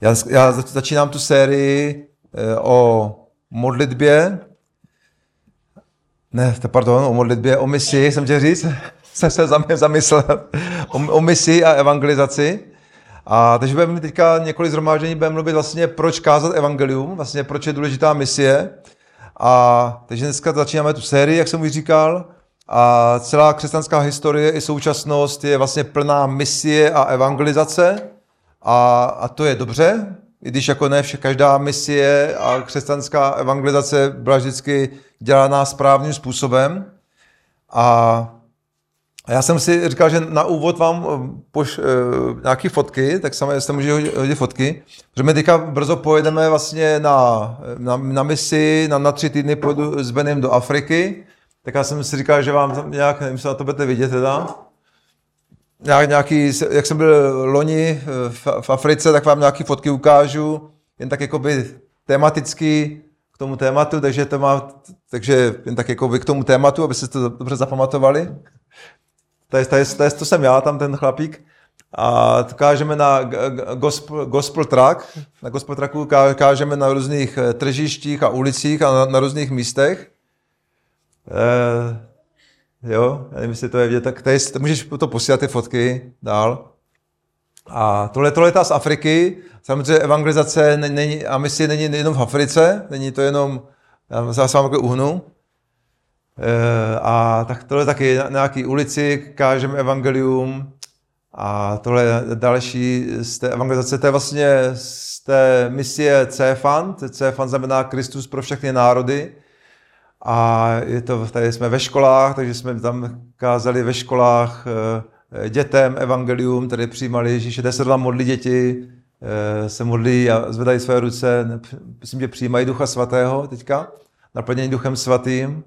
Já začínám tu sérii o modlitbě, o modlitbě, o misi, jsem chtěl říct, jsem se zamyslel, o misi a evangelizaci. A takže budeme teďka několik shromáždění, budeme mluvit vlastně, proč kázat evangelium, vlastně proč je důležitá misie. A takže dneska začínáme tu sérii, jak jsem už říkal, a celá křesťanská historie i současnost je vlastně plná misie a evangelizace. A to je dobře, i když jako ne každá misie a křesťanská evangelizace byla vždycky dělaná správným způsobem. A já jsem si říkal, že na úvod vám nějaké fotky, tak jste můžete hodit fotky, protože my teďka brzo pojedeme vlastně na misi, na 3 týdny pojedu s Benem do Afriky, tak já jsem si říkal, že vám nějak, nevím, jestli na to budete vidět teda, nějaký, jak jsem byl loni v Africe, tak vám nějaké fotky ukážu, jen tak jakoby tematicky k tomu tématu, takže jen tak jakoby k tomu tématu, abyste to dobře zapamatovali. To jsem já, tam ten chlapík. A to kážeme na Gospel Truck. Na Gospel Trucku kážeme na různých tržištích a ulicích a na různých místech. Jo, já nevím, jestli to je vidět, tak můžeš to posílat ty fotky dál. A tohle je ta z Afriky. Samozřejmě evangelizace a misie není jenom v Africe, není to jenom, já se vám takhle uhnu. A tak tohle taky na nějaký ulici kážeme evangelium. A tohle je další z té evangelizace, to je vlastně z té misie CFAN. CFAN znamená Kristus pro všechny národy. A tady jsme ve školách, takže jsme tam kázali ve školách dětem evangelium, tady přijímali Ježíše, tady se tam modlí děti, se modlí a zvedají své ruce, myslím, že přijímají Ducha Svatého teďka, naplnění Duchem Svatým.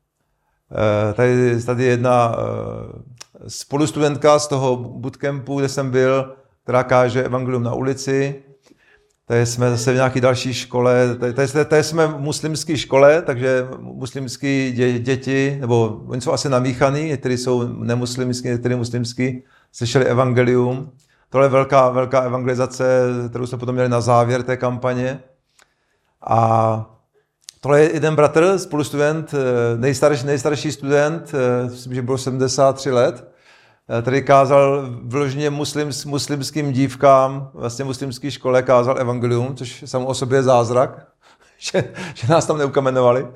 Tady jedna spolustudentka z toho bootcampu, kde jsem byl, která káže evangelium na ulici. Tady jsme zase v nějaké další škole, tady jsme v muslimské škole, takže muslimské děti, nebo oni jsou asi namíchaný, někteří jsou nemuslimský, někteří muslimský, slyšeli evangelium. Tohle je velká evangelizace, kterou jsme potom měli na závěr té kampaně. A tohle je jeden bratr, spolustudent, nejstarší student, myslím, že bylo 73 let, který kázal vyloženě muslimským dívkám, vlastně muslimské škole kázal evangelium, což samo o sobě je zázrak, že nás tam neukamenovali.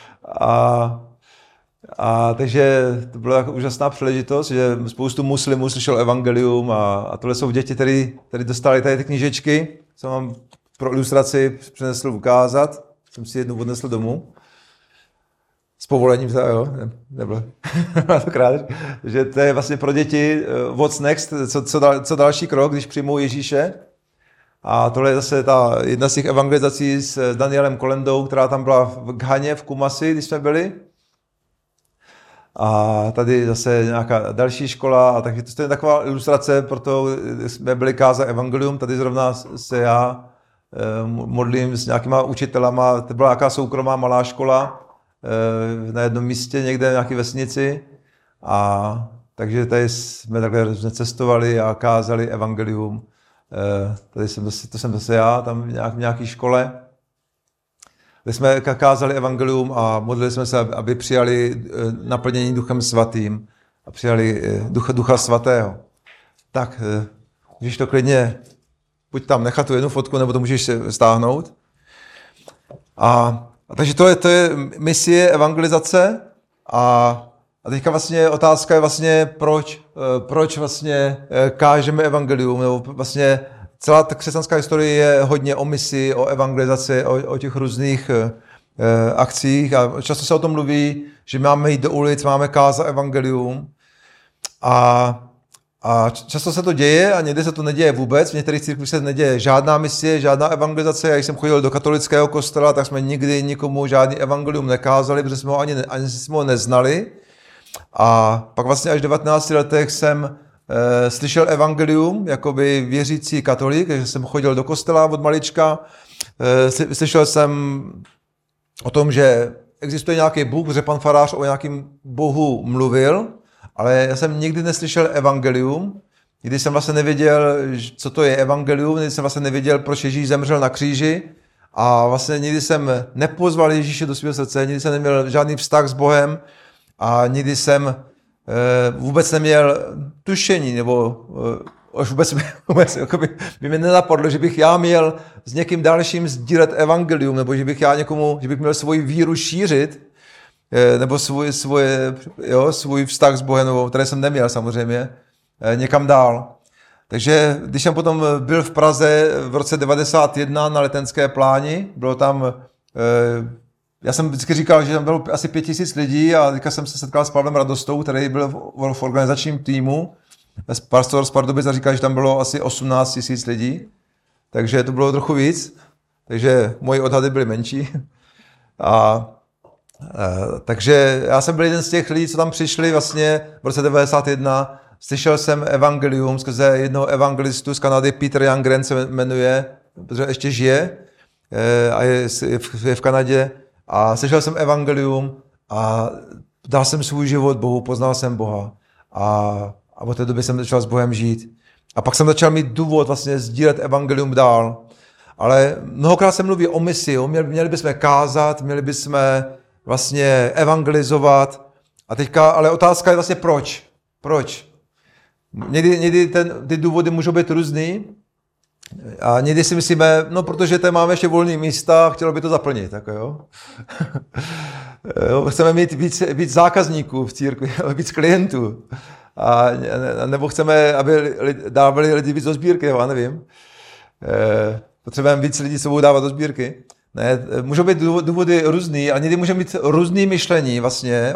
Takže to byla jako úžasná příležitost, že spoustu muslimů slyšel evangelium a tohle jsou děti, které dostali tady ty knížečky, co mám pro ilustraci přinesl ukázat. Jsem si jednu odnesl domů. S povolením, jo, nebylo to krádež. Že to je vlastně pro děti what's next, co další krok, když přijmou Ježíše. A tohle je zase jedna z těch evangelizací s Danielem Kolendou, která tam byla v Ghaně, v Kumasi, když jsme byli. A tady zase nějaká další škola, a takže to je taková ilustrace, proto jsme byli kázat evangelium, tady zrovna se já modlím s nějakýma učitelama, to byla nějaká soukromá malá škola na jednom místě někde v nějaké vesnici. A takže tady jsme takhle cestovali a kázali evangelium. To jsem zase já, tam v nějaké škole. Kde jsme kázali evangelium a modlili jsme se, aby přijali naplnění Duchem Svatým a přijali Ducha Svatého. Tak, když to klidně buď tam nechat tu jednu fotku, nebo to můžeš stáhnout. Takže to je misie evangelizace a teďka vlastně otázka je vlastně, proč vlastně kážeme evangelium, nebo vlastně celá ta křesťanská historie je hodně o misi, o evangelizaci, o těch různých akcích a často se o tom mluví, že máme jít do ulic, máme kázat evangelium a často se to děje a někdy se to neděje vůbec. V některých církvích se neděje žádná misie, žádná evangelizace. Já jsem chodil do katolického kostela, tak jsme nikdy nikomu žádný evangelium nekázali, protože jsme ho ani jsme ho neznali. A pak vlastně až v 19 letech jsem slyšel evangelium, jakoby věřící katolík, takže jsem chodil do kostela od malička. Slyšel jsem o tom, že existuje nějaký Bůh, protože pan farář o nějakém Bohu mluvil, ale já jsem nikdy neslyšel evangelium Nikdy jsem vlastně nevěděl, co to je evangelium, nikdy jsem vlastně nevěděl, proč Ježíš zemřel na kříži a vlastně nikdy jsem nepozval Ježíše do svého srdce, nikdy jsem neměl žádný vztah s Bohem a nikdy jsem vůbec neměl tušení, nebo už vůbec by mě nenapadlo, že bych já měl s někým dalším sdílet evangelium, nebo že bych měl svoji víru šířit, nebo svůj vztah s Bohem, nebo který jsem neměl samozřejmě, někam dál. Takže když jsem potom byl v Praze v roce 91 na Letenské pláni, bylo tam, já jsem vždycky říkal, že tam bylo asi 5000 lidí a teďka jsem se setkal s Pavlem Radostou, který byl v organizačním týmu, pastor z Pardubic, a říkal, že tam bylo asi 18 000 lidí, takže to bylo trochu víc, takže moje odhady byly menší. Takže já jsem byl jeden z těch lidí, co tam přišli vlastně v roce 91. Slyšel jsem evangelium skrze jednoho evangelistu z Kanady, Peter Youngren se jmenuje, protože ještě žije a je v Kanadě. A slyšel jsem evangelium a dal jsem svůj život Bohu, poznal jsem Boha. A od té doby jsem začal s Bohem žít. A pak jsem začal mít důvod vlastně sdílet evangelium dál. Ale mnohokrát se mluví o misi, měli bychom kázat, měli bychom vlastně evangelizovat. A teďka, ale otázka je vlastně proč? Proč? Někdy ty důvody můžou být různý a někdy si myslíme, no protože tady máme ještě volné místa, chtělo by to zaplnit. Tak jo. Chceme mít víc zákazníků v církvi, víc klientů. Nebo chceme, aby dávali lidi víc do sbírky, já nevím. Potřebujeme víc lidí, co budou dávat do sbírky. Ne, můžou být důvody různý a někdy můžeme mít různý myšlení vlastně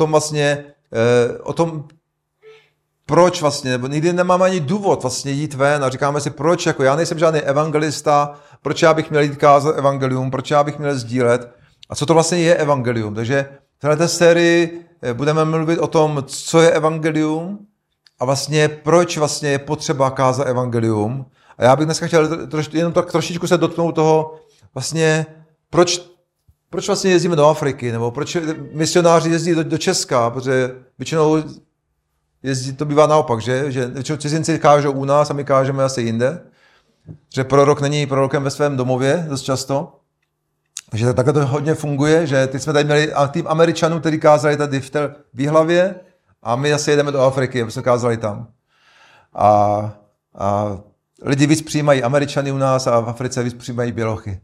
o tom, proč vlastně, nebo nikdy nemáme ani důvod vlastně jít ven a říkáme si, proč, jako já nejsem žádný evangelista, proč já bych měl jít kázat evangelium, proč já bych měl sdílet a co to vlastně je evangelium. Takže v této sérii budeme mluvit o tom, co je evangelium a vlastně proč vlastně je potřeba kázat evangelium. A já bych dneska chtěl jenom tak trošičku se dotknout toho, vlastně proč vlastně jezdíme do Afriky, nebo proč misionáři jezdí do Česka, protože většinou to bývá naopak, že většinou cizinci kážou u nás a my kážeme asi jinde. Že prorok není prorokem ve svém domově dost často. Takže takhle to hodně funguje, že teď jsme tady měli tým Američanů, kteří kázali tady v té Výhlavě a my zase jedeme do Afriky, aby jsme kázali tam. A lidi víc přijímají Američany u nás a v Africe víc přijímají bělochy.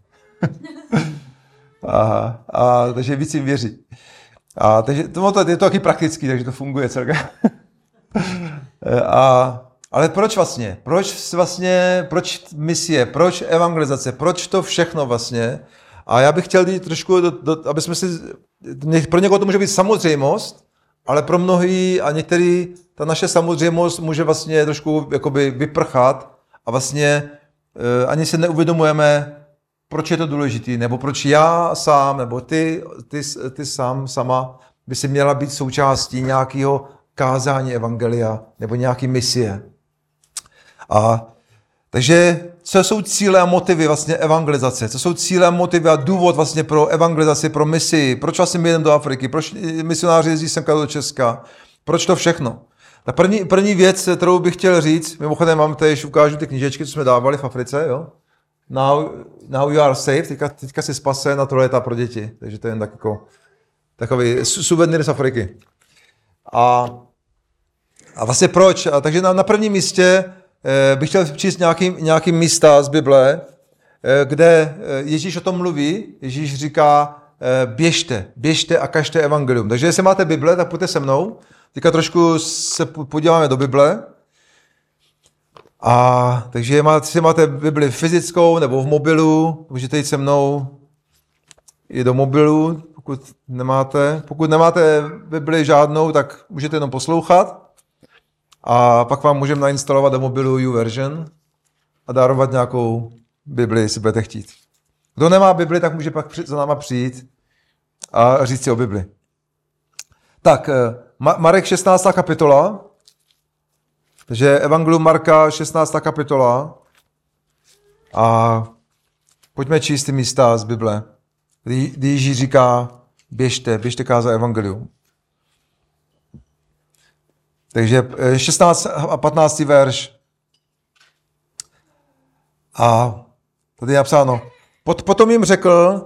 Takže víc jim věří. Takže je to taky praktický, takže to funguje celkem. Ale proč vlastně? Proč misie? Proč evangelizace? Proč to všechno vlastně? A já bych chtěl jít trošku, aby jsme pro někoho to může být samozřejmost, ale pro mnohý a některý ta naše samozřejmost může vlastně trošku jakoby vyprchat a vlastně ani si neuvědomujeme, proč je to důležitý, nebo proč já sám, nebo ty sama by si měla být součástí nějakého kázání evangelia nebo nějaký misie. Takže co jsou cíle a motivy vlastně evangelizace? Co jsou cíle a motivy a důvod vlastně pro evangelizaci, pro misi? Proč vlastně my jdeme do Afriky? Proč misionáři jezdí sem do Česka? Proč to všechno? Ta první věc, kterou bych chtěl říct, mimochodem vám tady ukážu ty knížečky, co jsme dávali v Africe, jo? Now you are safe, teďka si spasen a tohle je pro děti. Takže to je jen takový suvenýr z Afriky. A vlastně proč? Takže na prvním místě bych chtěl číst nějaký místa z Bible, kde Ježíš o tom mluví. Ježíš říká, běžte a kažte evangelium. Takže jestli máte Bible, tak pojďte se mnou. Teďka trošku se podíváme do Bible. Takže jestli máte Bibli fyzickou nebo v mobilu, můžete jít se mnou i do mobilu, pokud nemáte Bibli žádnou, tak můžete jenom poslouchat a pak vám můžeme nainstalovat do mobilu YouVersion a darovat nějakou Bibli, jestli budete chtít. Kdo nemá Bibli, tak může pak za náma přijít a říct si o Bibli. Tak, Marek 16. kapitola, takže Evangelium Marka 16. kapitola a pojďme číst ty místa z Bible, kdy Ježíš říká, běžte kázat evangelium. Takže 16 a 15. verš. A tady je napsáno. Potom jim řekl,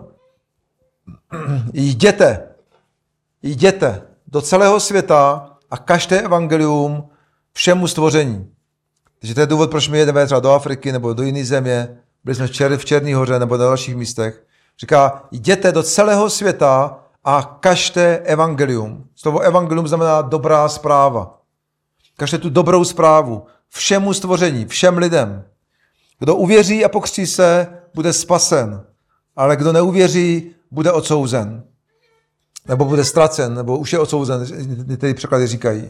jděte do celého světa a kažte evangelium všemu stvoření. Takže to je důvod, proč my jedeme třeba do Afriky nebo do jiné země. Byli jsme v Černé Hoře nebo na dalších místech. Říká, jděte do celého světa a kažte evangelium. Slovo evangelium znamená dobrá zpráva. Kažte tu dobrou zprávu všemu stvoření, všem lidem. Kdo uvěří a pokřtí se, bude spasen. Ale kdo neuvěří, bude odsouzen. Nebo bude ztracen, nebo už je odsouzen, některé překlady říkají.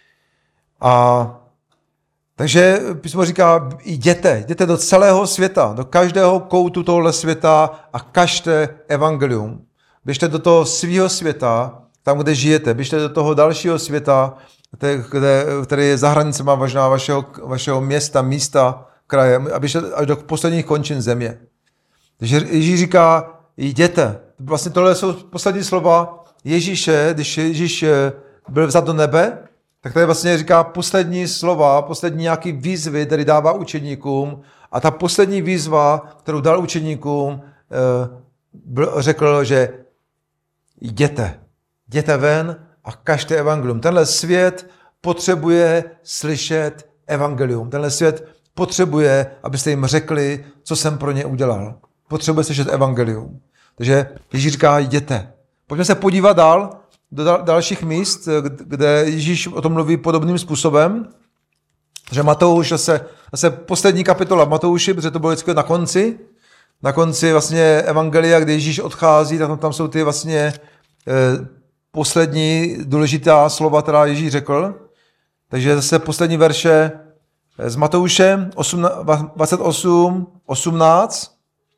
Takže písmo říká, jděte do celého světa, do každého koutu tohohle světa a kažte evangelium. Běžte do toho svého světa, tam, kde žijete. Běžte do toho dalšího světa, který je za hranicema možná vašeho města, místa, kraje, a běžte až do posledních končin země. Takže Ježíš říká, jděte. Vlastně tohle jsou poslední slova Ježíše, když Ježíš byl vzat do nebe, tak tady vlastně říká poslední slova, poslední nějaký výzvy, který dává učeníkům. A ta poslední výzva, kterou dal učeníkům, řekl, že jděte ven a kažte evangelium. Tenhle svět potřebuje slyšet evangelium. Tenhle svět potřebuje, abyste jim řekli, co jsem pro ně udělal. Potřebuje slyšet evangelium. Takže Ježíš říká, jděte. Pojďme se podívat dál do dalších míst, kde Ježíš o tom mluví podobným způsobem. Že Matouš, zase poslední kapitola v Matouši, protože to bylo vždycky na konci vlastně evangelia, kde Ježíš odchází, tak tam jsou ty vlastně poslední důležitá slova, která Ježíš řekl. Takže zase poslední verše z Matouše 28:18.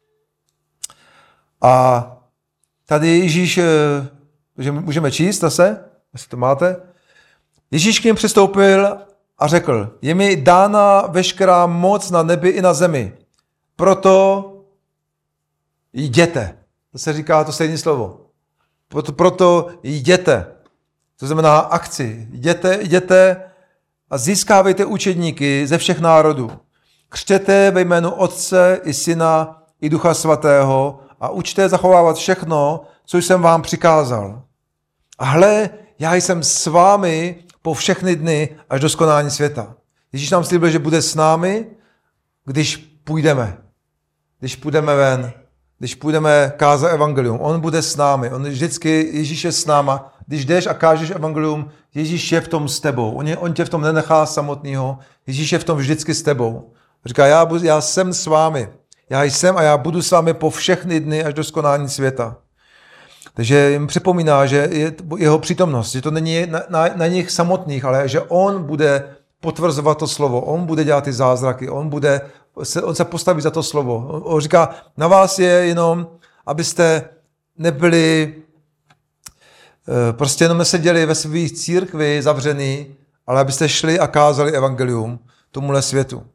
A tady Ježíš, můžeme číst zase, jestli to máte. Ježíš k něm přistoupil a řekl, je mi dána veškerá moc na nebi i na zemi. Proto jděte. To se říká to stejné slovo. Proto jděte. To znamená akci. Jděte a získávejte učedníky ze všech národů. Křtěte ve jménu Otce i Syna i Ducha Svatého a učte zachovávat všechno, co jsem vám přikázal. A hle, já jsem s vámi po všechny dny až do skonání světa. Ježíš nám slíbil, že bude s námi, když půjdeme. Když půjdeme ven, když půjdeme kázat evangelium. On bude s námi. Ježíš je s náma. Když jdeš a kážeš evangelium, Ježíš je v tom s tebou. On tě v tom nenechá samotného. Ježíš je v tom vždycky s tebou. Říká, já jsem s vámi. Já jsem a já budu s vámi po všechny dny až do skonání světa. Takže jim připomíná, že je jeho přítomnost, že to není na nich samotných, ale že on bude potvrzovat to slovo, on bude dělat ty zázraky, on se postaví za to slovo. On říká, na vás je jenom, abyste nebyli, prostě jenom neseděli ve svých církvi zavřený, ale abyste šli a kázali evangelium tomuhle světu.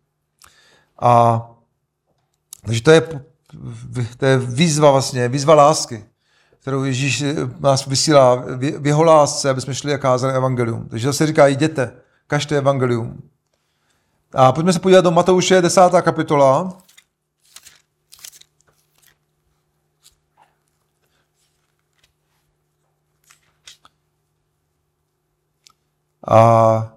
Takže to je výzva vlastně, výzva lásky, kterou Ježíš nás vysílá v jeho lásce, aby jsme šli a kázali evangelium. Takže zase říká, jděte, kažte evangelium. A pojďme se podívat do Matouše, 10. kapitola. A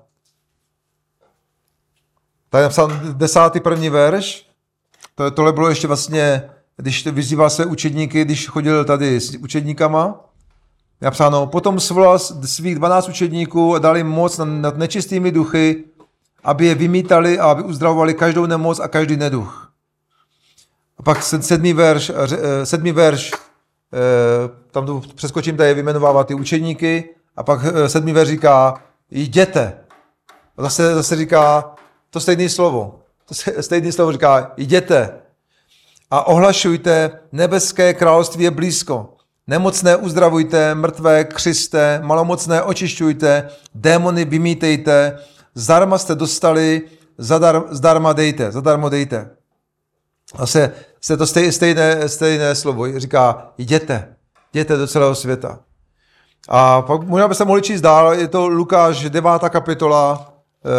tady je napsán 10. první verš. Tohle bylo ještě vlastně, když vyzýval své učedníky, když chodil tady s učedníkama. Je napsáno, potom svolal svých 12 učedníků a dal jim moc nad nečistými duchy, aby je vymítali a aby uzdravovali každou nemoc a každý neduch. A pak 7. verš, tam tu přeskočím, tady vyjmenovává ty učedníky, a pak 7. verš říká, jděte. A zase říká to stejné slovo. Stejné slovo říká, jděte a ohlašujte, nebeské království je blízko. Nemocné uzdravujte, mrtvé křiste, malomocné očišťujte, démony vymítejte, zdarma jste dostali, zadarmo dejte. Zase se to stejné slovo říká, jděte do celého světa. A pak možná byste mohli číst dál, je to Lukáš 9. kapitola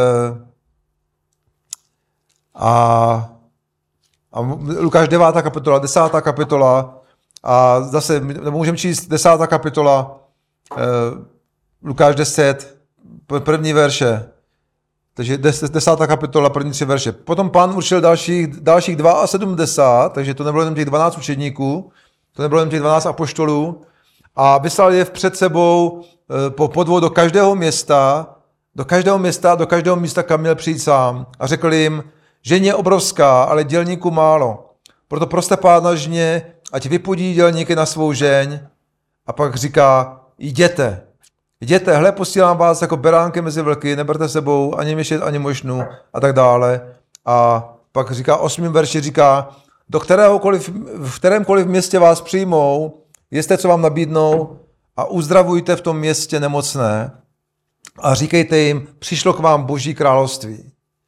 a Lukáš 9. kapitola, 10. kapitola a zase můžeme číst 10. kapitola, Lukáš 10, první verše. Takže 10. kapitola, první 3 verše. Potom Pán určil dalších 72, takže to nebylo jen těch 12 učedníků, to nebylo jen těch 12 apoštolů, a vyslal je před sebou po podvou do každého města, do každého místa, kam měl přijít sám. A řekl jim, žeň je obrovská, ale dělníků málo. Proto proste Pána žně, ať vypudí dělníky na svou žeň. A pak říká, jděte, hle, posílám vás jako beránky mezi vlky, neberte sebou ani myšet, ani mošnu a tak dále. A pak říká, 8. verši říká, v kterémkoliv městě vás přijmou, jeste, co vám nabídnou a uzdravujte v tom městě nemocné a říkejte jim, přišlo k vám Boží království.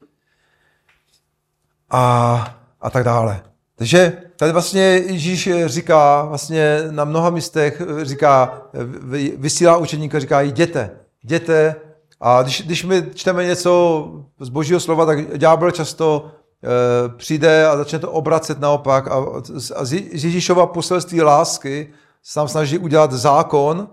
A tak dále. Takže tady vlastně Ježíš říká, vlastně na mnoha místech říká, vysílá učeníka, říká, jděte. A když my čteme něco z Božího slova, tak ďábel často přijde a začne to obracet naopak a z Ježíšova poselství lásky se nám snaží udělat zákon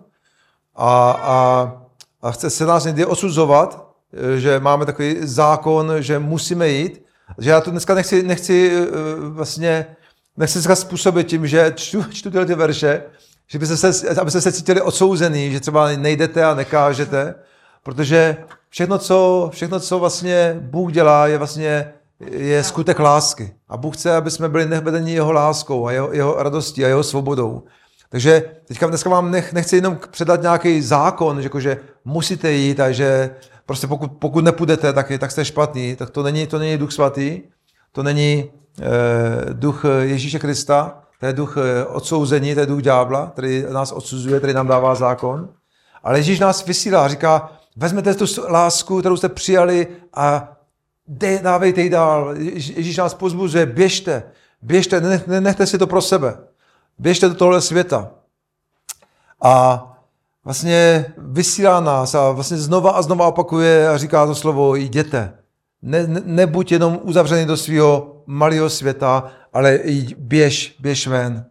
a chce se nás někdy odsuzovat, že máme takový zákon, že musíme jít. Že já to dneska nechci způsobit tím, že čtu tyhle ty verše, že abyste se cítili odsouzený, že třeba nejdete a nekážete, protože všechno, co vlastně Bůh dělá, je skutek lásky. A Bůh chce, aby jsme byli vedeni jeho láskou a jeho radostí a jeho svobodou. Takže dneska vám nechci jenom předat nějaký zákon, že musíte jít a že prostě pokud nepůjdete, tak jste špatný. Tak to není Duch Svatý, to není duch Ježíše Krista, to je duch odsouzení, to je duch ďábla, který nás odsuzuje, který nám dává zákon. Ale Ježíš nás vysílá, říká, vezměte tu lásku, kterou jste přijali a dávejte ji dál. Ježíš nás pozbuzuje, běžte, nenechte si to pro sebe. Běžte do tohle světa. A vlastně vysílá nás a vlastně znova a znova opakuje a říká to slovo, jděte. Nebuď jenom uzavřený do svého malého světa, ale běž ven.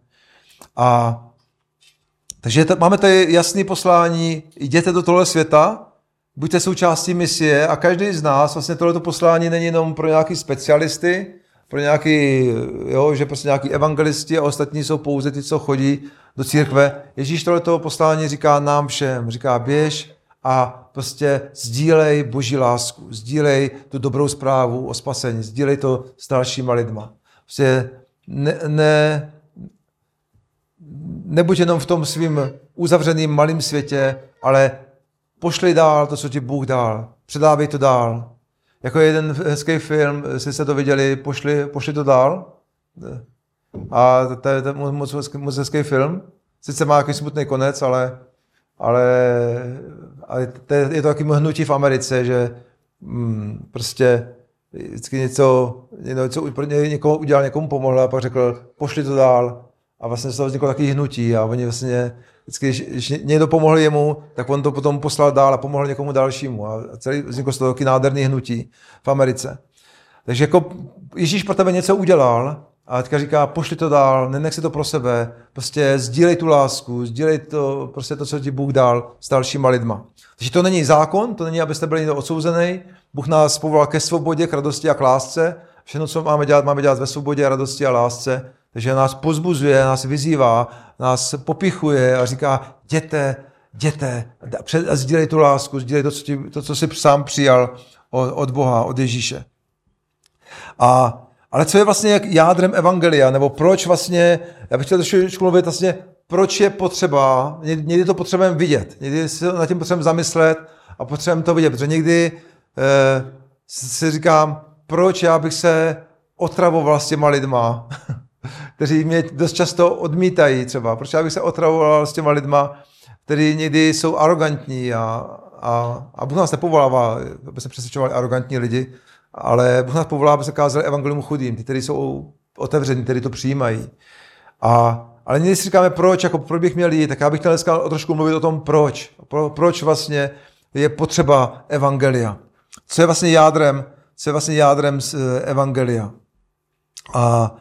Takže máme tady jasné poslání, jděte do tohle světa, buďte součástí misie a každý z nás, vlastně tohleto poslání není jenom pro nějaký specialisty, pro že prostě nějaký evangelisti a ostatní jsou pouze ty, co chodí do církve. Ježíš tohleto poslání říká nám všem, říká běž a prostě sdílej Boží lásku, sdílej tu dobrou zprávu o spasení, sdílej to s dalšíma lidma. Prostě nebuď jenom v tom svým uzavřeným malým světě, ale pošli dál to, co ti Bůh dal. Předávej to dál. Jako jeden hezký film, jestli jste to viděli, pošli to dál. A to je moc hezký film. Sice má nějaký smutný konec, ale je to taky hnutí v Americe, že prostě vždycky něco někoho udělal, někomu pomohl a pak řekl, pošli to dál. A vlastně z toho vzniklo takový hnutí a oni vlastně vždycky, když někdo pomohl jemu, tak on to potom poslal dál a pomohl někomu dalšímu. A celý vzniklo z toho takový nádherný hnutí v Americe. Takže jako Ježíš pro tebe něco udělal a teďka říká, pošli to dál, nenech si to pro sebe, prostě sdílej tu lásku, sdílej to, prostě to, co ti Bůh dal s dalšíma lidma. Takže to není zákon, to není, abyste byli někdo odsouzený. Bůh nás povolal ke svobodě, k radosti a k lásce. Všechno, co máme dělat ve svobodě, radosti a lásce. Takže nás pozbuzuje, nás vyzývá, nás popichuje a říká, jděte a sdílej tu lásku, sdílej to, co jsi sám přijal od Boha, od Ježíše. Ale co je vlastně jádrem evangelia, nebo proč vlastně, já bych chtěl trošku mluvit vlastně, proč je potřeba, někdy to potřebujeme vidět, někdy si nad tím potřebujeme zamyslet a potřebujeme to vidět, protože někdy si říkám, proč já bych se otravoval s těma lidma, kteří mě dost často odmítají třeba. Proč já bych se otravoval s těma lidma, kteří někdy jsou arrogantní a Bůh nás nepovolává, aby se přesvědčovali arrogantní lidi, ale Bůh nás povolává, aby se kázali evangelium chudým, ty, kteří jsou otevření, kteří to přijímají. Ale Ale někdy si říkáme, proč bych měl jít, tak já bych chtěl dneska trošku mluvit o tom, proč. Proč vlastně je potřeba evangelia. Co je vlastně jádrem z evangelia. A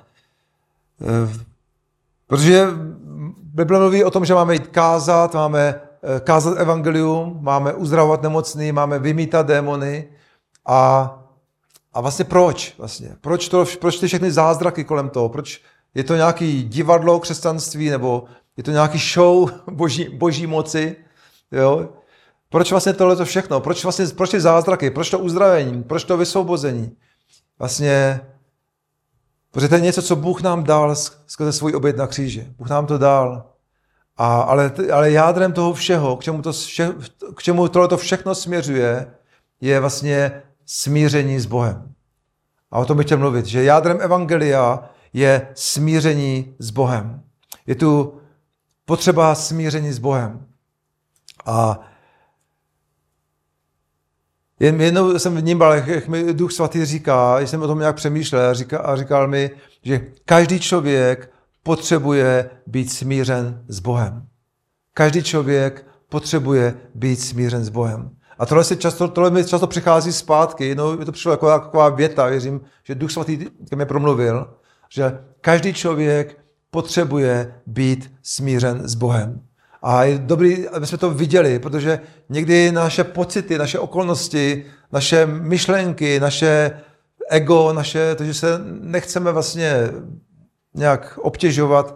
protože Bible mluví o tom, že máme jít kázat, máme kázat evangelium, máme uzdravovat nemocný, máme vymítat démony a vlastně proč? Proč ty všechny zázraky kolem toho? Proč je to nějaký divadlo křesťanství nebo je to nějaký show boží moci? Jo? Proč vlastně tohleto všechno? Proč ty zázraky? Proč to uzdravení? Proč to vysvobození? Vlastně, protože to je něco, co Bůh nám dal skrze svůj oběť na kříži. Bůh nám to dal. Ale jádrem toho všeho, k čemu tohleto všechno směřuje, je vlastně smíření s Bohem. A o tom bych chtěl mluvit, že jádrem evangelia je smíření s Bohem. Je tu potřeba smíření s Bohem. A jednou jsem vnímal, jak mi Duch Svatý říká, když jsem o tom nějak přemýšlel a říkal mi, že každý člověk potřebuje být smířen s Bohem. Každý člověk potřebuje být smířen s Bohem. A tohle mi často přichází zpátky. Jednou mi to přišlo jako taková věta, věřím, že Duch Svatý ke mně promluvil, že každý člověk potřebuje být smířen s Bohem. A je dobrý, aby jsme to viděli, protože někdy naše pocity, naše okolnosti, naše myšlenky, naše ego, to, že se nechceme vlastně nějak obtěžovat,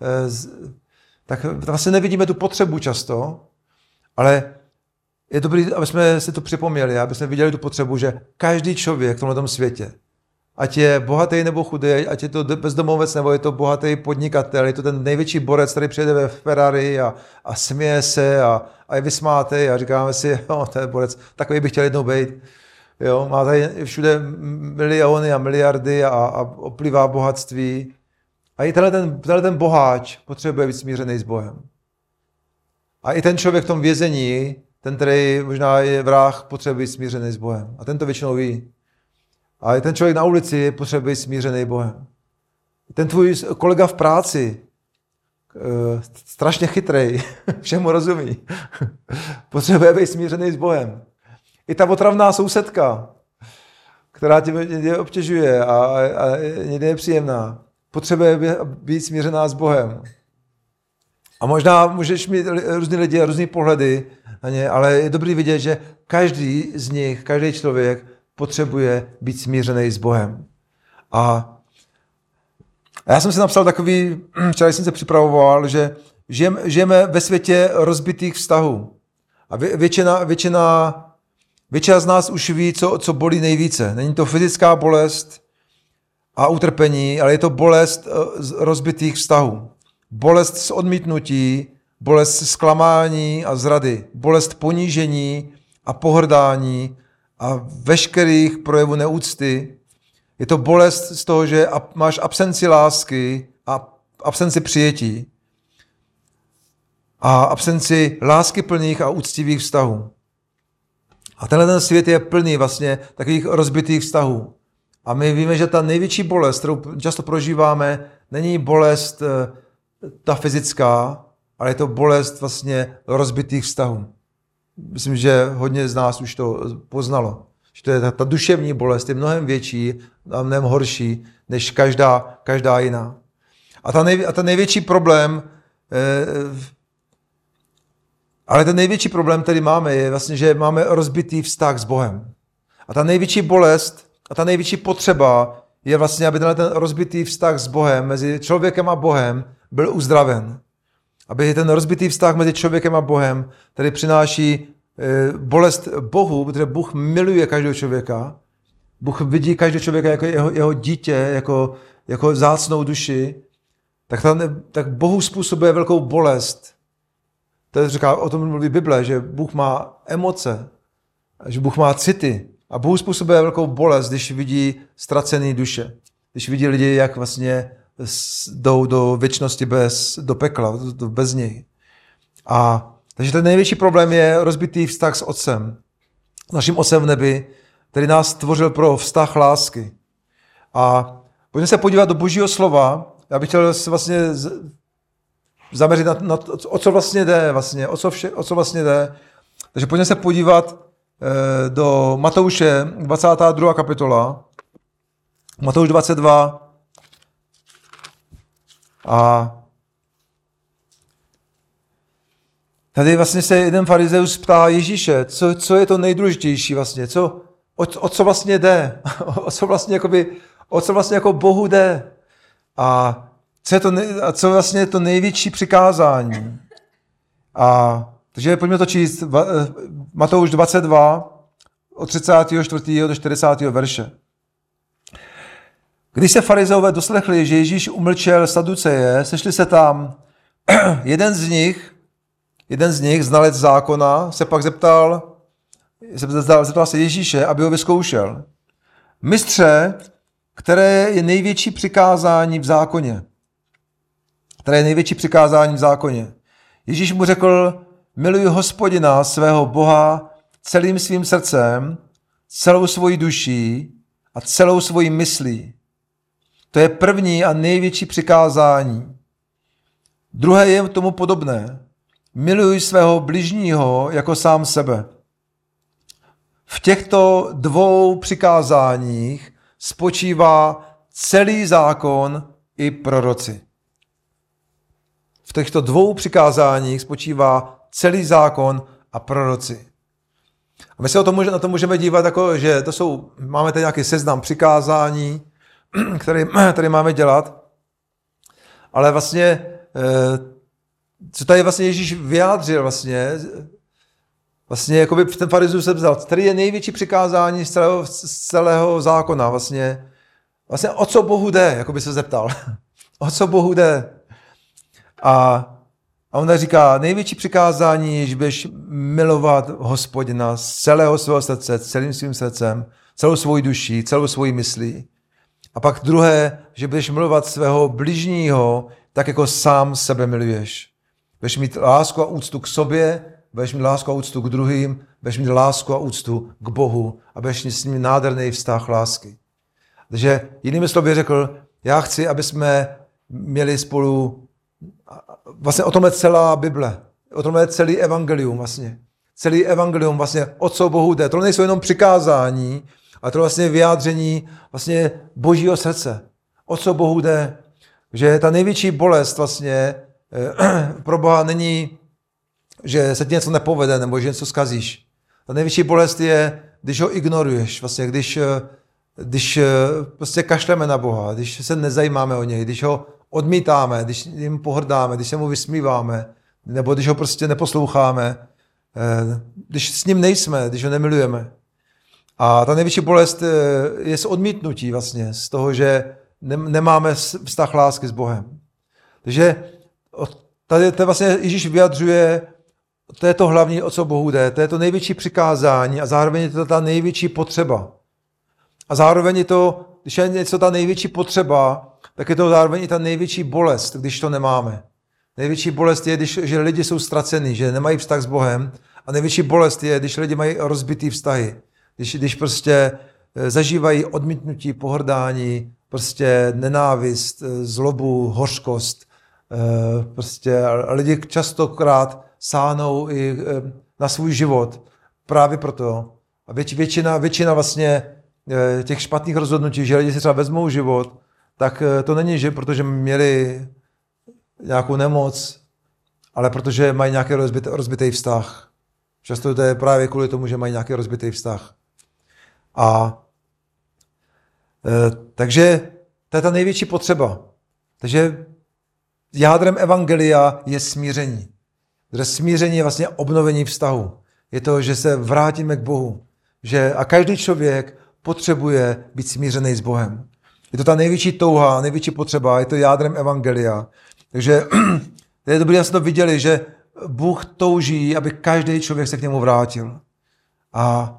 tak vlastně nevidíme tu potřebu často, ale je dobré, aby jsme si to připomněli, aby jsme viděli tu potřebu, že každý člověk v tomto světě, ať je bohatý nebo chudý, ať je to bezdomovec nebo je to bohatý podnikatel, je to ten největší borec, který přijede ve Ferrari a směje se a je vysmátý a říkáme si, jo, to je borec, takový bych chtěl jednou být. Jo, má tady všude miliony a miliardy a oplývá bohatství. A i tenhle ten boháč potřebuje být smířený s Bohem. A i ten člověk v tom vězení, ten, který možná je vrah, potřebuje být smířený s Bohem. A ten to většinou ví. A i ten člověk na ulici potřebuje být smířený Bohem. Ten tvůj kolega v práci, strašně chytrej, všemu rozumí, potřebuje být smířený s Bohem. I ta otravná sousedka, která tě někde obtěžuje a někde je příjemná, potřebuje být smířená s Bohem. A možná můžeš mít různý lidi a různý pohledy na ně, ale je dobrý vidět, že každý z nich, každý člověk potřebuje být smířený s Bohem. A já jsem si napsal takový, včera jsem se připravoval, že žijeme ve světě rozbitých vztahů. A většina z nás už ví, co bolí nejvíce. Není to fyzická bolest a utrpení, ale je to bolest z rozbitých vztahů. Bolest z odmítnutí, bolest z zklamání a zrady, bolest ponížení a pohrdání a veškerých projevů neúcty. Je to bolest z toho, že máš absenci lásky a absenci přijetí a absenci láskyplných a úctivých vztahů. A tenhle ten svět je plný vlastně takových rozbitých vztahů. A my víme, že ta největší bolest, kterou často prožíváme, není bolest ta fyzická, ale je to bolest vlastně rozbitých vztahů. Myslím, že hodně z nás už to poznalo. Že to je ta duševní bolest je mnohem větší a mnohem horší, než každá jiná. A ten největší problém, ale ten největší problém, který máme, je vlastně, že máme rozbitý vztah s Bohem. A ta největší bolest a ta největší potřeba je vlastně, aby ten rozbitý vztah s Bohem, mezi člověkem a Bohem, byl uzdraven. Aby ten rozbitý vztah mezi člověkem a Bohem, který přináší bolest Bohu, protože Bůh miluje každého člověka. Bůh vidí každého člověka jako jeho dítě, jako vzácnou duši. Tak Bohu způsobuje velkou bolest. To říká, o tom mluví Bible, že Bůh má emoce, že Bůh má city. A Bůh způsobuje velkou bolest, když vidí ztracený duše. Když vidí lidi, jak vlastně jdou do věčnosti do pekla, bez něj. Takže ten největší problém je rozbitý vztah s Otcem. S naším Otcem v nebi, který nás stvořil pro vztah lásky. A pojďme se podívat do Božího slova. Já bych chtěl vlastně zaměřit na to, o co vlastně jde, o co vlastně jde. Takže pojďme se podívat do Matouše, 22. kapitola, Matouš 22 a tady vlastně se jeden farizeus ptá Ježíše, co je to nejdůležitější vlastně, o co vlastně jde, o co vlastně jako Bohu jde a co vlastně je to největší přikázání. Takže pojďme to číst, Matouš 22, od 34. do 40. verše. Když se farizeové doslechli, že Ježíš umlčel Saduceje, sešli se tam. Jeden z nich, znalec zákona, se pak zeptal se Ježíše, aby ho vyzkoušel. Mistře, které je největší přikázání v zákoně? Ježíš mu řekl, miluj Hospodina, svého Boha, celým svým srdcem, celou svojí duší a celou svojí myslí. To je první a největší přikázání. Druhé je tomu podobné. Miluj svého bližního jako sám sebe. V těchto dvou přikázáních spočívá celý zákon i proroci. V těchto dvou přikázáních spočívá celý zákon a proroci. A my se na to můžeme dívat jako, že máme tady nějaký seznam přikázání, který máme dělat, ale vlastně, co tady vlastně Ježíš vyjádřil vlastně jakoby ten farizeus se vzal, který je největší přikázání z celého zákona, vlastně o co Bohu jde, jako by se zeptal, o co Bohu jde. A on tady říká, největší přikázání je, že budeš milovat Hospodina z celého svého srdce, celým svým srdcem, celou svoji duší, celou svoji myslí. A pak druhé, že budeš milovat svého bližního, tak jako sám sebe miluješ. Budeš mít lásku a úctu k sobě, budeš mít lásku a úctu k druhým, budeš mít lásku a úctu k Bohu a budeš mít s ním nádherný vztah lásky. Takže jinými slovy řekl, já chci, aby jsme měli spolu, vlastně o tomhle celá Bible, o tomhle celý evangelium vlastně. Celý evangelium vlastně, o co Bohu jde. To nejsou jenom přikázání, ale to vlastně vyjádření vlastně Božího srdce. O co Bohu jde. Že ta největší bolest vlastně pro Boha není, že se ti něco nepovede nebo že něco zkazíš. Ta největší bolest je, když ho ignoruješ, vlastně, když prostě kašleme na Boha, když se nezajímáme o něj, když ho odmítáme, když jim pohrdáme, když se mu vysmíváme, nebo když ho prostě neposloucháme, když s ním nejsme, když ho nemilujeme. A ta největší bolest je z odmítnutí vlastně, z toho, že nemáme vztah lásky s Bohem. Takže tady to vlastně Ježíš vyjadřuje, to je to hlavní, o co Bohu jde, to je to největší přikázání a zároveň je to ta největší potřeba. A zároveň je to, když je něco ta největší potřeba, tak je to zároveň i ta největší bolest, když to nemáme. Největší bolest je, že lidi jsou ztracení, že nemají vztah s Bohem. A největší bolest je, když lidi mají rozbitý vztahy. Když prostě zažívají odmítnutí, pohrdání, prostě nenávist, zlobu, hořkost. Prostě lidi častokrát sáhnou i na svůj život. Právě proto. A většina vlastně těch špatných rozhodnutí, že lidi si třeba vezmou život, tak to není, že protože měli nějakou nemoc, ale protože mají nějaký rozbitý vztah. Často to je právě kvůli tomu, že mají nějaký rozbitý vztah. Takže to je ta největší potřeba. Takže jádrem evangelia je smíření. Protože smíření je vlastně obnovení vztahu. Je to, že se vrátíme k Bohu. A každý člověk potřebuje být smířený s Bohem. Je to ta největší touha, největší potřeba, je to jádrem evangelia. Takže je dobré, abyste to viděli, že Bůh touží, aby každý člověk se k němu vrátil. A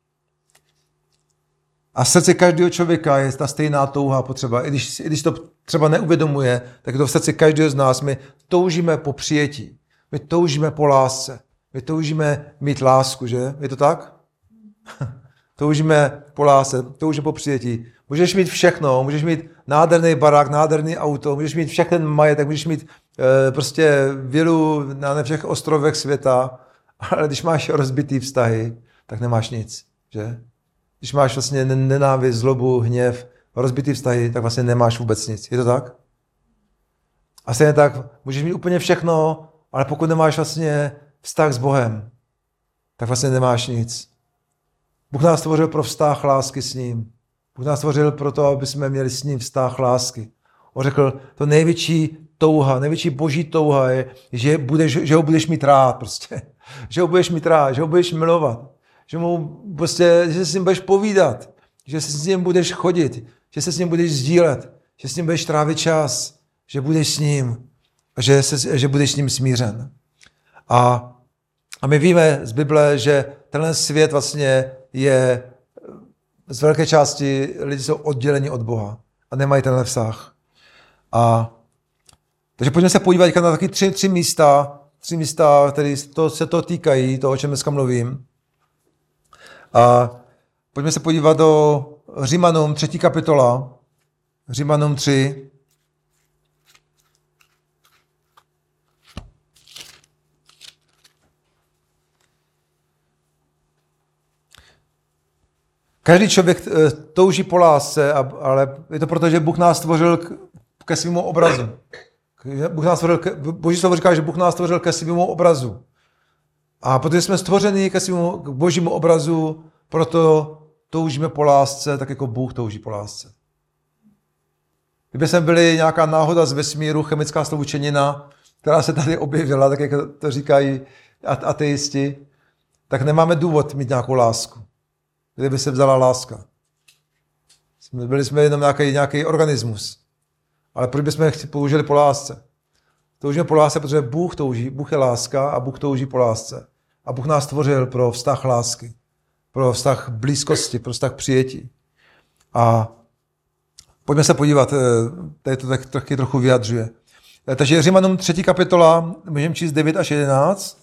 v srdci každého člověka je ta stejná touha potřeba. I když to třeba neuvědomuje, tak je to v srdci každého z nás. My toužíme po přijetí. My toužíme po lásce. My toužíme mít lásku, že? Je to tak? Toužíme po lásce, toužíme po přijetí. Můžeš mít všechno, můžeš mít nádherný barák, nádherný auto, můžeš mít všechny majetek, můžeš mít prostě vilu na všech ostrovech světa, ale když máš rozbitý vztahy, tak nemáš nic, že? Když máš vlastně nenávist, zlobu, hněv, rozbitý vztahy, tak vlastně nemáš vůbec nic. Je to tak? A stejně tak, můžeš mít úplně všechno, ale pokud nemáš vlastně vztah s Bohem, tak vlastně nemáš nic. Bůh nás stvořil pro vztah lásky s ním. Bůh nás stvořil pro to, aby jsme měli s ním vztah lásky. On řekl, to největší touha, největší boží touha je, že ho budeš mít rád prostě. Že ho budeš mít rád, že ho budeš milovat. Že se s ním budeš povídat, že se s ním budeš chodit, že se s ním budeš sdílet, že s ním budeš trávit čas, že budeš s ním a že budeš s ním smířen. A my víme z Bible, že tenhle svět vlastně je z velké části lidi jsou odděleni od Boha a nemají tenhle vztah. Takže pojďme se podívat na taky tři místa, které se to týkají, toho, o čem dneska mluvím. A pojďme se podívat do Římanům 3. kapitola, Římanům 3. Každý člověk touží po lásce, ale je to proto, že Bůh nás stvořil ke svému obrazu. Boží slovo říká, že Bůh nás stvořil ke svému obrazu. A protože jsme stvořeni k božímu obrazu, proto toužíme po lásce, tak jako Bůh touží po lásce. Kdyby jsme byli nějaká náhoda z vesmíru, chemická sloučenina, která se tady objevila, tak jak to říkají ateisti, tak nemáme důvod mít nějakou lásku. Kdyby se vzala láska. Byli jsme jenom nějaký organismus. Ale proč bychom použili po lásce? Toužíme po lásce, protože Bůh touží, Bůh je láska a Bůh touží po lásce. A Bůh nás stvořil pro vztah lásky, pro vztah blízkosti, pro vztah přijetí. A pojďme se podívat, tady to tak taky trochu vyjadřuje. Takže Římanům 3. kapitola, můžeme číst 9 až 11.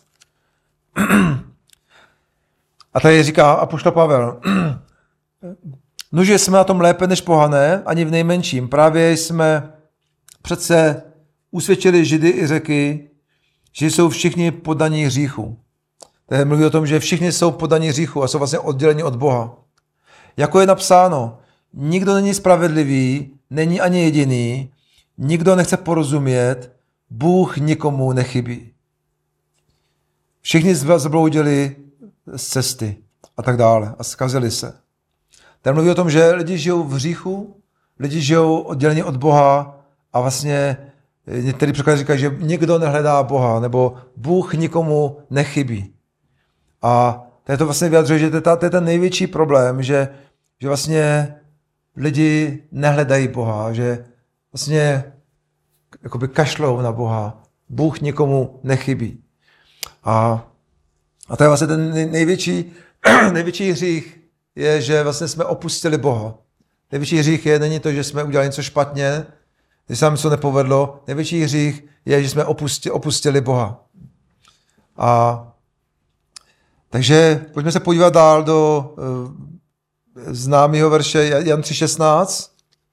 A tady říká apoštol Pavel, nože jsme na tom lépe než pohané, ani v nejmenším. Právě jsme přece usvědčili Židy i Řeky, že jsou všichni poddaní hříchu. Tady mluví o tom, že všichni jsou poddaní hříchu a jsou vlastně odděleni od Boha. Jako je napsáno, nikdo není spravedlivý, není ani jediný, nikdo nechce porozumět, Bůh nikomu nechybí. Všichni zabloudili z cesty a tak dále a zkazili se. Ten mluví o tom, že lidi žijou v hříchu, lidi žijou odděleni od Boha a vlastně některý překlady říkají, že nikdo nehledá Boha, nebo Bůh nikomu nechybí. A to to vlastně vyjadřuje, že to je ten největší problém, že vlastně lidi nehledají Boha, že vlastně jakoby kašlou na Boha. Bůh nikomu nechybí. A to je vlastně ten největší hřích, je, že vlastně jsme opustili Boha. Největší hřích není to, že jsme udělali něco špatně, když se nám něco nepovedlo. Největší hřích je, že jsme opustili Boha. Takže pojďme se podívat dál do známého verše Jan 3,16.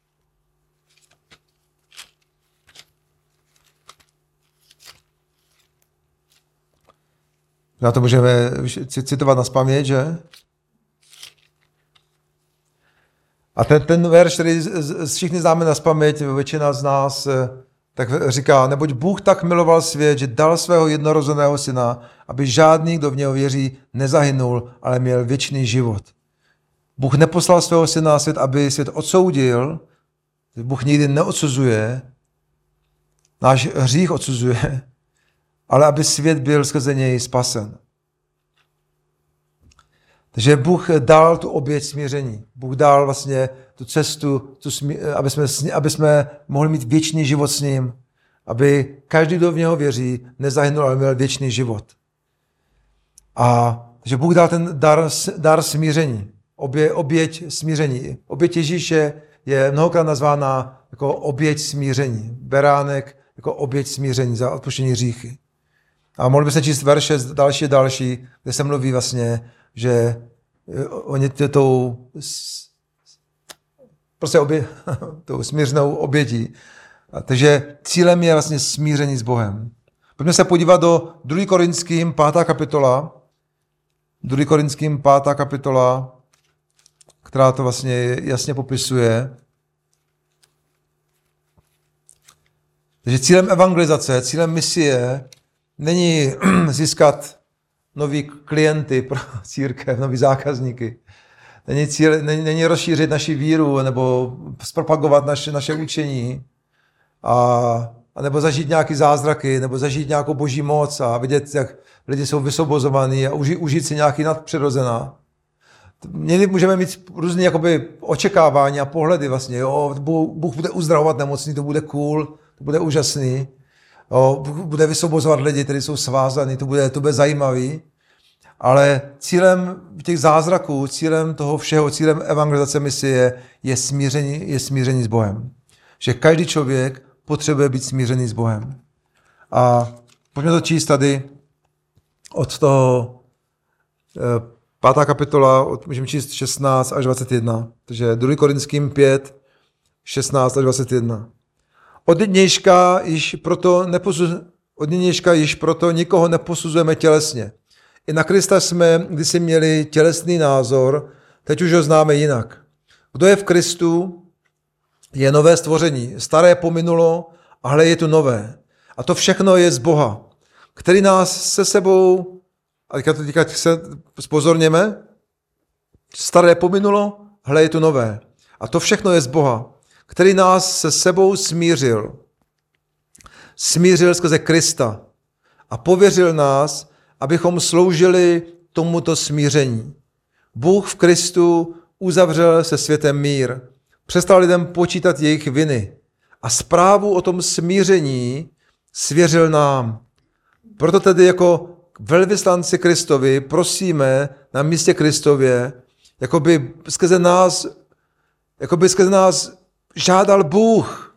Na to můžeme citovat nazpaměť, že? A ten verš, který všichni známe nazpaměť, většina z nás, tak říká, neboť Bůh tak miloval svět, že dal svého jednorozeného syna, aby žádný, kdo v něho věří, nezahynul, ale měl věčný život. Bůh neposlal svého syna na svět, aby svět odsoudil, Bůh nikdy neodsuzuje, náš hřích odsuzuje, ale aby svět byl skrze něj spasen. Takže Bůh dal tu oběť smíření. Bůh dal vlastně tu cestu, aby jsme mohli mít věčný život s ním. Aby každý, kdo v něho věří, nezahynul, ale měl věčný život. Takže Bůh dal ten dar smíření. Oběť smíření. Oběť Ježíše je mnohokrát nazvána jako oběť smíření. Beránek jako oběť smíření za odpuštění hříchy. A mohli bychom číst verše další, kde se mluví vlastně, že oni tou smířenou obětí Takže cílem je vlastně smíření s Bohem. Pojďme se podívat do 2. Korinským 5. kapitola. 2. Korinským 5. kapitola, která to vlastně jasně popisuje. Takže cílem evangelizace, cílem misie není získat nový klienty pro církev, nový zákazníky. Není rozšířit naši víru nebo zpropagovat naše učení a nebo zažít nějaký zázraky, nebo zažít nějakou boží moc a vidět, jak lidi jsou vysvobozovaní a užít si nějaký nadpřirozená. Můžeme mít různé jakoby očekávání a pohledy vlastně. Jo, Bůh bude uzdravovat nemocný, to bude cool, to bude úžasný. Jo, Bůh bude vysvobozovat lidi, kteří jsou svázaní, to bude zajímavý. Ale cílem těch zázraků, cílem toho všeho, cílem evangelizace misie je smíření s Bohem. Že každý člověk potřebuje být smířený s Bohem. A pojďme to číst tady od toho 5. kapitola, můžeme číst 16 až 21. Takže 2. Korinským 5, 16 až 21. Od nynějška již proto nikoho neposuzujeme tělesně. I na Krista jsme kdysi měli tělesný názor, teď už ho známe jinak. Kdo je v Kristu, je nové stvoření. Staré pominulo, a hle, je tu nové. A to všechno je z Boha, který nás se sebou, a teďka se spozorněme, staré pominulo, hle, je tu nové. A to všechno je z Boha, který nás se sebou smířil. Smířil skrze Krista a pověřil nás, abychom sloužili tomuto smíření. Bůh v Kristu uzavřel se světem mír, přestal lidem počítat jejich viny a zprávu o tom smíření svěřil nám. Proto tedy jako velvyslanci Kristovi prosíme na místě Kristově, jakoby skrze nás žádal Bůh.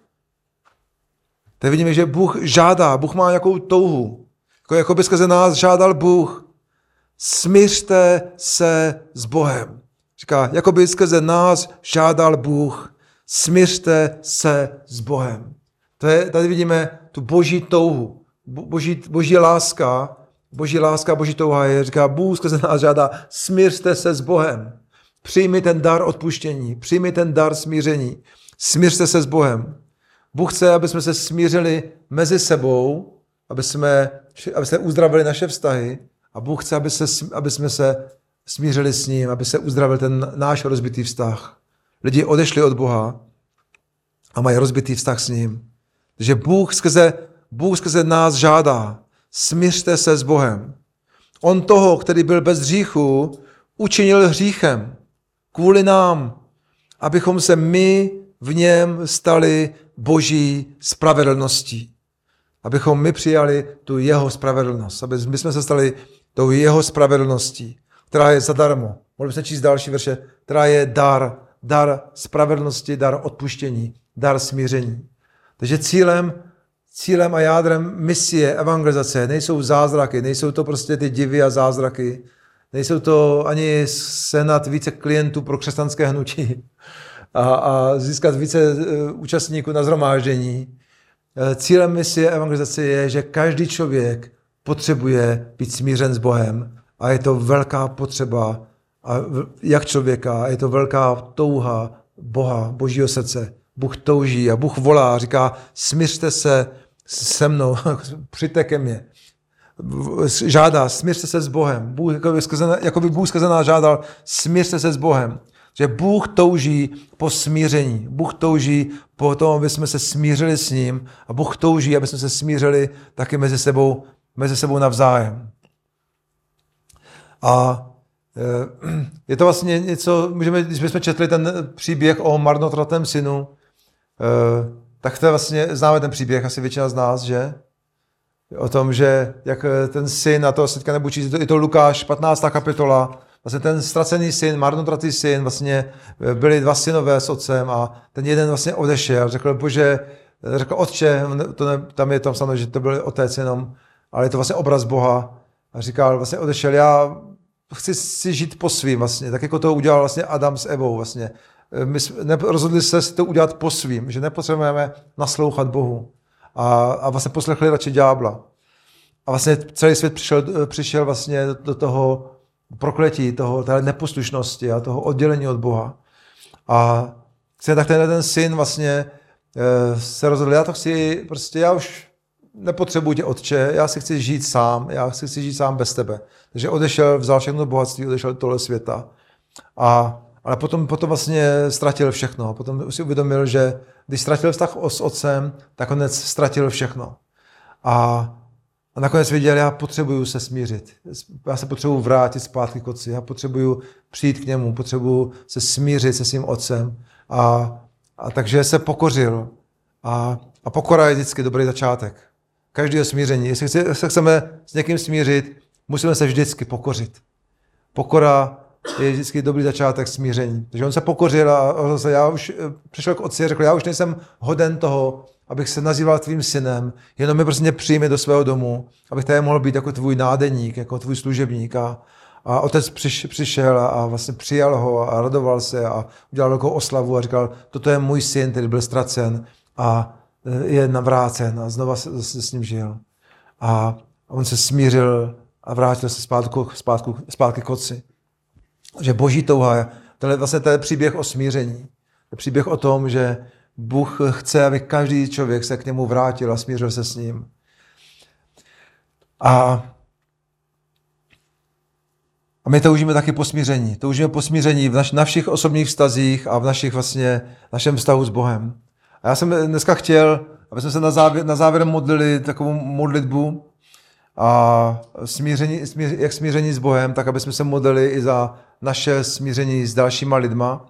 Teď vidíme, že Bůh žádá, Bůh má nějakou touhu. Jakoby skrze nás žádal Bůh. Smířte se s Bohem. Říká, jakoby skrze nás žádal Bůh. Smířte se s Bohem. Tady vidíme tu boží touhu. Boží láska, boží touha je, říká, Bůh skrze nás žádá, smířte se s Bohem. Přijmi ten dar odpuštění, přijmi ten dar smíření. Smířte se s Bohem. Bůh chce, aby jsme se smířili mezi sebou, aby jsme uzdravili naše vztahy a Bůh chce, aby jsme se smířili s ním, aby se uzdravil ten náš rozbitý vztah. Lidi odešli od Boha a mají rozbitý vztah s ním. Takže Bůh skrze nás žádá, smířte se s Bohem. On toho, který byl bez hříchu, učinil hříchem kvůli nám, abychom se my v něm stali boží spravedlností. Abychom my přijali tu jeho spravedlnost. Aby my jsme se stali tou jeho spravedlností, která je zadarmo. Mohli bychom číst další verše, která je dar spravedlnosti, dar odpuštění, dar smíření. Takže cílem a jádrem misie, evangelizace nejsou zázraky, nejsou to prostě ty divy a zázraky, nejsou to ani sehnat více klientů pro křesťanské hnutí a získat více účastníků na shromáždění. Cílem misie evangelizace je, že každý člověk potřebuje být smířen s Bohem a je to velká potřeba jak člověka, je to velká touha Boha, Božího srdce. Bůh touží a Bůh volá, říká, smířte se mnou, přijďte ke mně. Žádá, smířte se s Bohem. Jako by Bůh skrze nás žádal, smířte se s Bohem. Že Bůh touží po smíření. Bůh touží po tom, aby jsme se smířili s ním a Bůh touží, aby jsme se smířili taky mezi sebou navzájem. A je to vlastně něco, když bychom četli ten příběh o marnotratném synu, tak to vlastně známe ten příběh, asi většina z nás, že? O tom, že jak ten syn, a to se teďka nebudu číst, je to Lukáš, 15. kapitola, vlastně ten ztracený syn, marnotratný syn, vlastně byli dva synové s otcem a ten jeden vlastně odešel, řekl, otče, tam je tam samozřejmě, že to byl otec jenom, ale je to vlastně obraz Boha a říkal, vlastně odešel, já chci si žít po svým vlastně, tak jako to udělal vlastně Adam s Evou vlastně. rozhodli se si to udělat po svým, že nepotřebujeme naslouchat Bohu. A vlastně poslechli radši ďábla. A vlastně celý svět přišel vlastně do toho prokletí, té neposlušnosti a toho oddělení od Boha. A tak ten syn vlastně se rozhodl, já to chci, prostě já už nepotřebuji tě, otče, já si chci žít sám, já si chci žít sám bez tebe. Takže odešel, vzal všechno bohatství, odešel do tohle světa. Ale potom vlastně ztratil všechno. Potom si uvědomil, že když ztratil vztah s otcem, tak konec ztratil všechno. A nakonec věděl, já potřebuju se smířit. Já se potřebuju vrátit zpátky k otci. Já potřebuju přijít k němu, potřebuju se smířit se svým otcem. A takže se pokořil. A pokora je vždycky dobrý začátek. Každého smíření. Jestli se chceme s někým smířit, musíme se vždycky pokořit. Pokora je vždycky dobrý začátek smíření. Takže on se pokořil a já už přišel k otci a řekl, já už nejsem hoden toho, abych se nazýval tvým synem, jenom mě prostě přijmi do svého domu, abych tady mohl být jako tvůj nádeník, jako tvůj služebník. A otec přišel a vlastně přijal ho a radoval se a udělal velkou oslavu a říkal, toto je můj syn, který byl ztracen a je navrácen a znova se s ním žil. A on se smířil a vrátil se zpátky k otci. Že boží touha, to je příběh o smíření. To je příběh o tom, že Bůh chce, aby každý člověk se k němu vrátil a smířil se s ním. A my toužíme taky po smíření. Toužíme po smíření v našich osobních vztazích a v našem vztahu s Bohem. A já jsem dneska chtěl, aby jsme se na závěr modlili takovou modlitbu a jak smíření s Bohem, tak aby jsme se modlili i za naše smíření s dalšíma lidma.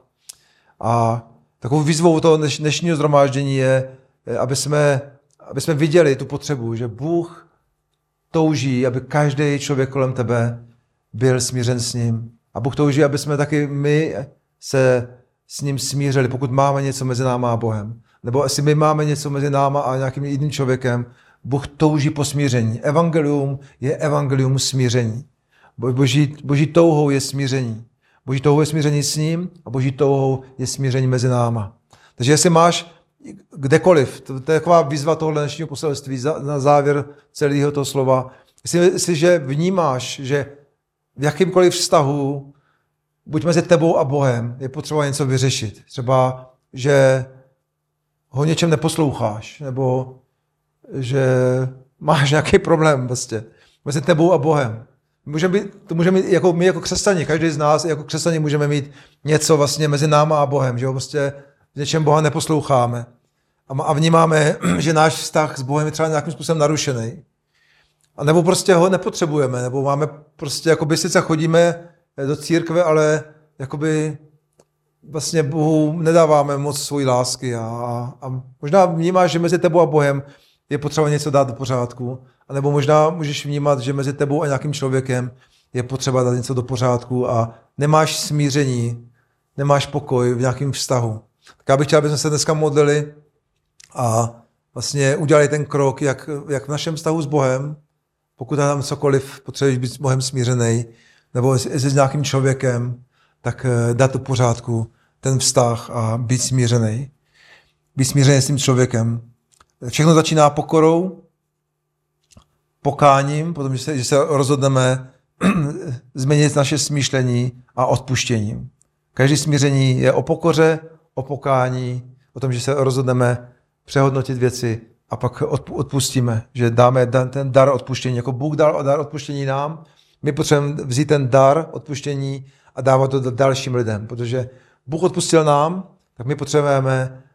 A takovou výzvou toho dnešního shromáždění je, aby jsme viděli tu potřebu, že Bůh touží, aby každý člověk kolem tebe byl smířen s ním. A Bůh touží, aby jsme taky my se s ním smířili, pokud máme něco mezi náma a Bohem. Nebo jestli my máme něco mezi náma a nějakým jiným člověkem, Bůh touží po smíření. Evangelium je evangelium smíření. Boží touhou je smíření. Boží touhou je smíření s ním a boží touhou je smíření mezi náma. Takže jestli máš kdekoliv, to je taková výzva tohohle dnešního poselství na závěr celého toho slova, jestliže vnímáš, že v jakýmkoliv vztahu, buď mezi tebou a Bohem, je potřeba něco vyřešit. Třeba, že ho něčem neposloucháš, nebo že máš nějaký problém prostě mezi tebou a Bohem. To může být jako my jako křesťani, každý z nás jako křesťani můžeme mít něco vlastně mezi náma a Bohem, že jo, prostě v něčem Boha neposloucháme a vnímáme, že náš vztah s Bohem je třeba nějakým způsobem narušený. A nebo prostě ho nepotřebujeme, nebo máme prostě, jakoby sice chodíme do církve, ale jakoby vlastně Bohu nedáváme moc svojí lásky a možná vnímáš, že mezi tebou a Bohem je potřeba něco dát do pořádku. A nebo možná můžeš vnímat, že mezi tebou a nějakým člověkem je potřeba dát něco do pořádku a nemáš smíření, nemáš pokoj v nějakém vztahu. Tak já bych chtěl, abychom se dneska modlili a vlastně udělali ten krok, jak v našem vztahu s Bohem, pokud tam cokoliv potřebuješ být s Bohem smířený, nebo s nějakým člověkem, tak dát do pořádku ten vztah a být smířený. Být smířený s tím člověkem. Všechno začíná pokorou, pokáním, potom, že se rozhodneme změnit naše smýšlení a odpuštěním. Každé smíření je o pokoře, o pokání, o tom, že se rozhodneme přehodnotit věci a pak odpustíme, že dáme ten dar odpuštění. Jako Bůh dal dar odpuštění nám, my potřebujeme vzít ten dar odpuštění a dávat to dalším lidem, protože Bůh odpustil nám, tak my potřebujeme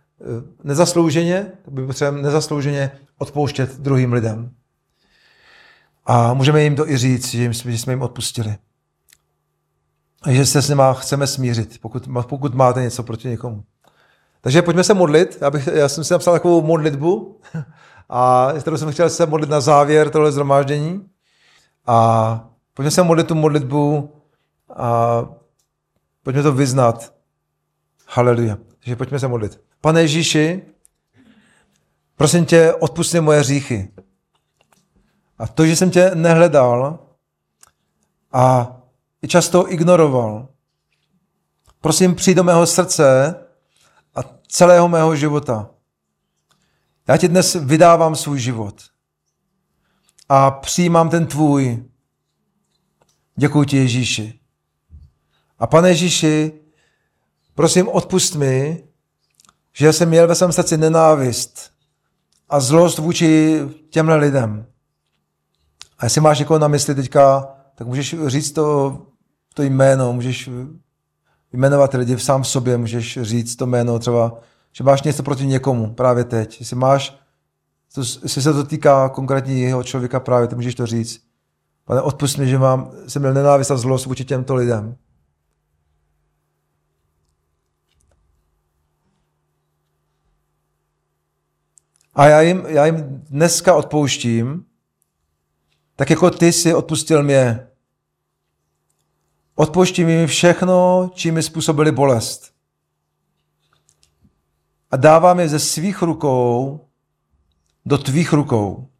nezaslouženě odpouštět druhým lidem. A můžeme jim to i říct, že jsme jim odpustili. A že se s nima chceme smířit, pokud máte něco proti někomu. Takže pojďme se modlit. Já jsem si napsal takovou modlitbu, a kterou jsem chtěl se modlit na závěr tohle shromáždění. A pojďme se modlit tu modlitbu a pojďme to vyznat. Haleluja. Takže pojďme se modlit. Pane Ježíši, prosím tě, odpusť mi moje hříchy. A to, že jsem tě nehledal a i často ignoroval, Prosím, přijď do mého srdce a celého mého života. Já ti dnes vydávám svůj život a přijímám ten tvůj. Děkuji ti, Ježíši. A pane Ježíši, prosím, odpusť mi, že jsem měl ve svém srdci nenávist a zlost vůči těmhle lidem. A jestli máš někoho na mysli teďka, tak můžeš říct to jméno, můžeš jmenovat lidi sám v sobě, můžeš říct to jméno třeba, že máš něco proti někomu právě teď. Jestli se to týká konkrétního člověka právě, tak můžeš to říct. Pane, odpusť mi, že jsem měl nenávist a zlost vůči těmto lidem. A já jim dneska odpouštím, tak jako ty jsi odpustil mě. Odpouštím jim všechno, čím mi způsobili bolest. A dávám je ze svých rukou do tvých rukou.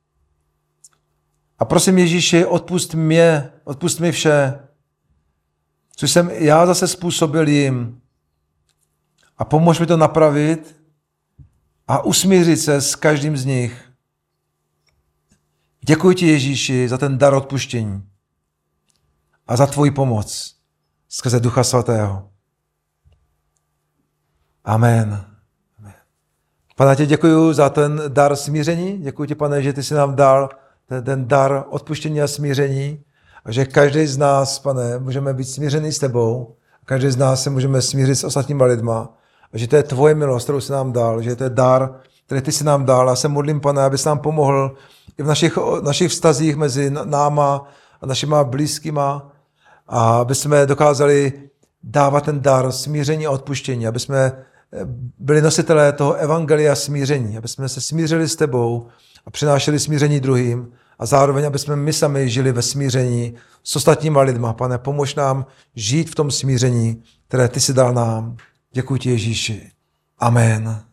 A prosím Ježíši, odpusť mi vše, co jsem já zase způsobil jim. A pomož mi to napravit a usmířit se s každým z nich. Děkuji ti, Ježíši, za ten dar odpuštění a za tvoji pomoc skrze Ducha Svatého. Amen. Pane, tě děkuji za ten dar smíření. Děkuji ti, Pane, že ty jsi nám dal ten dar odpuštění a smíření a že každý z nás, Pane, můžeme být smířený s tebou. Každý z nás se můžeme smířit s ostatníma lidma. A že to je tvoje milost, kterou jsi nám dal, že to je dar, který ty jsi nám dal. A se modlím, Pane, abys nám pomohl i v našich vztazích mezi náma a našima blízkýma, a aby jsme dokázali dávat ten dar smíření a odpuštění, aby jsme byli nositelé toho evangelia smíření, aby jsme se smířili s tebou a přinášeli smíření druhým a zároveň, aby jsme my sami žili ve smíření s ostatníma lidma. Pane, pomož nám žít v tom smíření, které ty jsi dal nám. Děkuji ti, Ježíši. Amen.